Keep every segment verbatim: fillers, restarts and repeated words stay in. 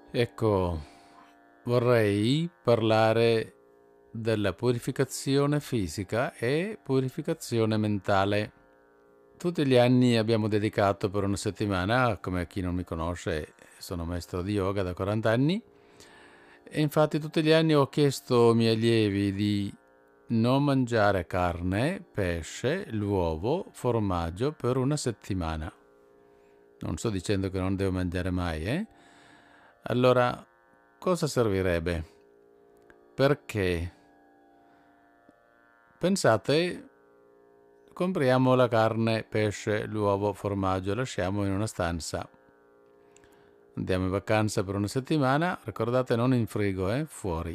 Ecco, vorrei parlare della purificazione fisica e purificazione mentale. Tutti gli anni abbiamo dedicato per una settimana, come chi non mi conosce, sono maestro di yoga da quaranta anni, e infatti tutti gli anni ho chiesto ai miei allievi di non mangiare carne, pesce, l'uovo, formaggio per una settimana. Non sto dicendo che non devo mangiare mai, eh? Allora, cosa servirebbe? Perché? Pensate, compriamo la carne, pesce, l'uovo, formaggio, lasciamo in una stanza. Andiamo in vacanza per una settimana, ricordate non in frigo, eh? Fuori.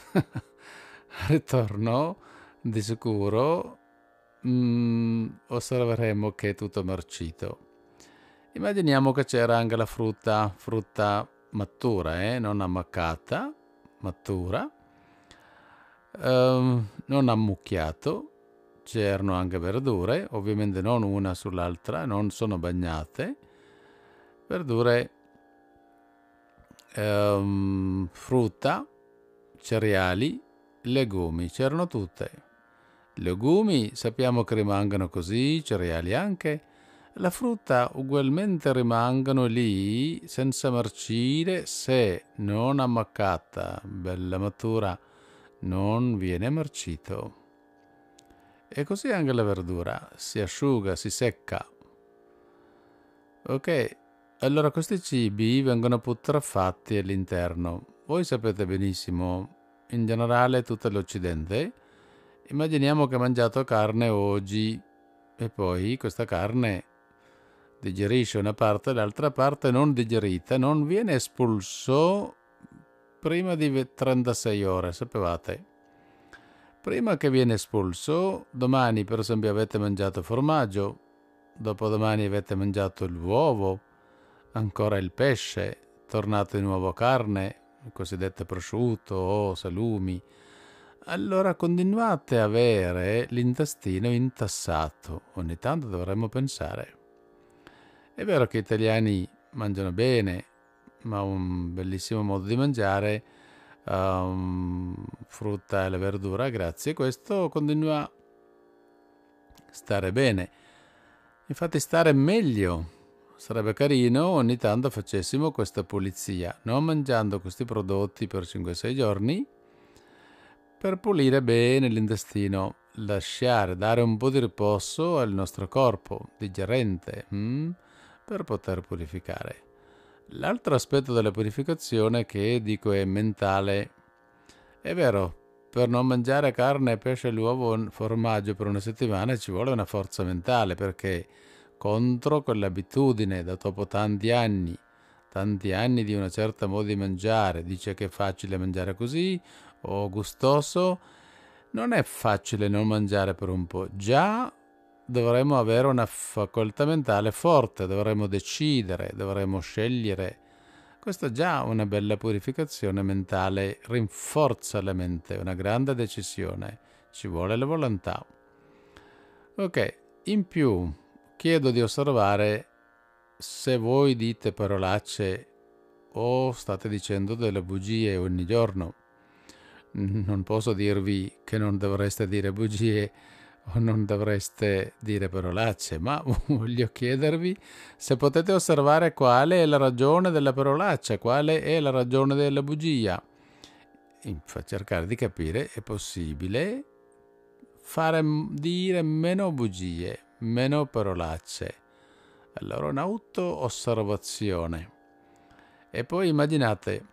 Ritorno, di sicuro, mm, osserveremo che è tutto marcito. Immaginiamo che c'era anche la frutta, frutta matura, eh? Non ammaccata, matura, ehm, non ammucchiato. C'erano anche verdure, ovviamente non una sull'altra, non sono bagnate. Verdure, ehm, frutta, cereali, legumi, c'erano tutte. Legumi sappiamo che rimangono così, cereali anche. La frutta ugualmente rimangono lì senza marcire se non ammaccata, bella matura, non viene marcito. E così anche la verdura si asciuga, si secca. Ok, allora questi cibi vengono putrefatti all'interno. Voi sapete benissimo, in generale tutto l'Occidente, immaginiamo che ha mangiato carne oggi e poi questa carne digerisce una parte, l'altra parte non digerita, non viene espulso prima di trentasei ore, sapevate? Prima che viene espulso, domani per esempio avete mangiato formaggio, dopodomani avete mangiato l'uovo, ancora il pesce, tornato di nuovo carne, il cosiddetto prosciutto o salumi. Allora continuate a avere l'intestino intassato. Ogni tanto dovremmo pensare. È vero che gli italiani mangiano bene, ma un bellissimo modo di mangiare um, frutta e la verdura, grazie. Questo continua a stare bene. Infatti stare meglio. Sarebbe carino ogni tanto facessimo questa pulizia, non mangiando questi prodotti per cinque sei giorni, per pulire bene l'intestino, lasciare, dare un po' di riposo al nostro corpo digerente, hm? per poter purificare. L'altro aspetto della purificazione che dico è mentale. È vero, per non mangiare carne, pesce, l'uovo, formaggio per una settimana ci vuole una forza mentale, perché contro quell'abitudine da dopo tanti anni, tanti anni di una certa modo di mangiare, dice che è facile mangiare così o gustoso, non è facile non mangiare per un po'. Già dovremmo avere una facoltà mentale forte, dovremmo decidere, dovremmo scegliere. Questa è già una bella purificazione mentale, rinforza la mente, una grande decisione, ci vuole la volontà. Ok, in più chiedo di osservare se voi dite parolacce o state dicendo delle bugie ogni giorno. Non posso dirvi che non dovreste dire bugie o non dovreste dire parolacce, ma voglio chiedervi se potete osservare quale è la ragione della parolaccia, quale è la ragione della bugia. Per cercare di capire è possibile fare dire meno bugie, meno parolacce. Allora un'auto-osservazione. E poi immaginate,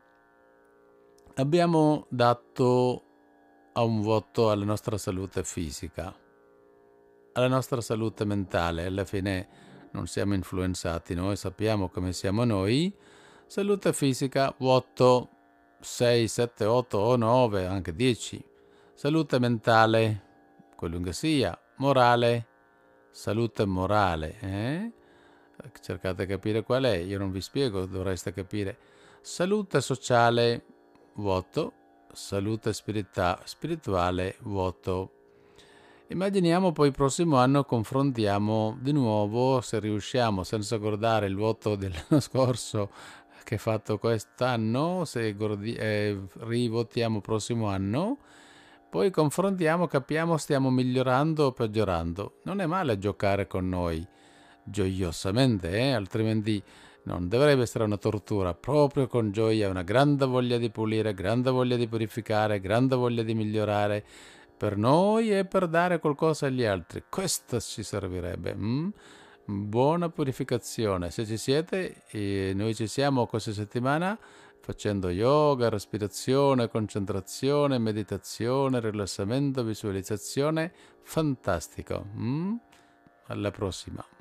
abbiamo dato a un voto alla nostra salute fisica, alla nostra salute mentale. Alla fine non siamo influenzati, noi sappiamo come siamo noi. Salute fisica, voto sei, sette, otto o nove, anche dieci. Salute mentale, quello che sia. Morale, salute morale. Eh? Cercate di capire qual è, io non vi spiego, dovreste capire. Salute sociale, vuoto. Salute spirita- spirituale, vuoto. Immaginiamo poi il prossimo anno confrontiamo di nuovo, se riusciamo, senza guardare il voto dell'anno scorso, che hai fatto quest'anno, se gordi- eh, rivotiamo prossimo anno, poi confrontiamo, capiamo stiamo migliorando o peggiorando. Non è male giocare con noi, gioiosamente, eh? Altrimenti non dovrebbe essere una tortura, proprio con gioia, una grande voglia di pulire, grande voglia di purificare, grande voglia di migliorare per noi e per dare qualcosa agli altri. Questo ci servirebbe. Mm? Buona purificazione. Se ci siete, eh, noi ci siamo questa settimana facendo yoga, respirazione, concentrazione, meditazione, rilassamento, visualizzazione. Fantastico. Mm? Alla prossima.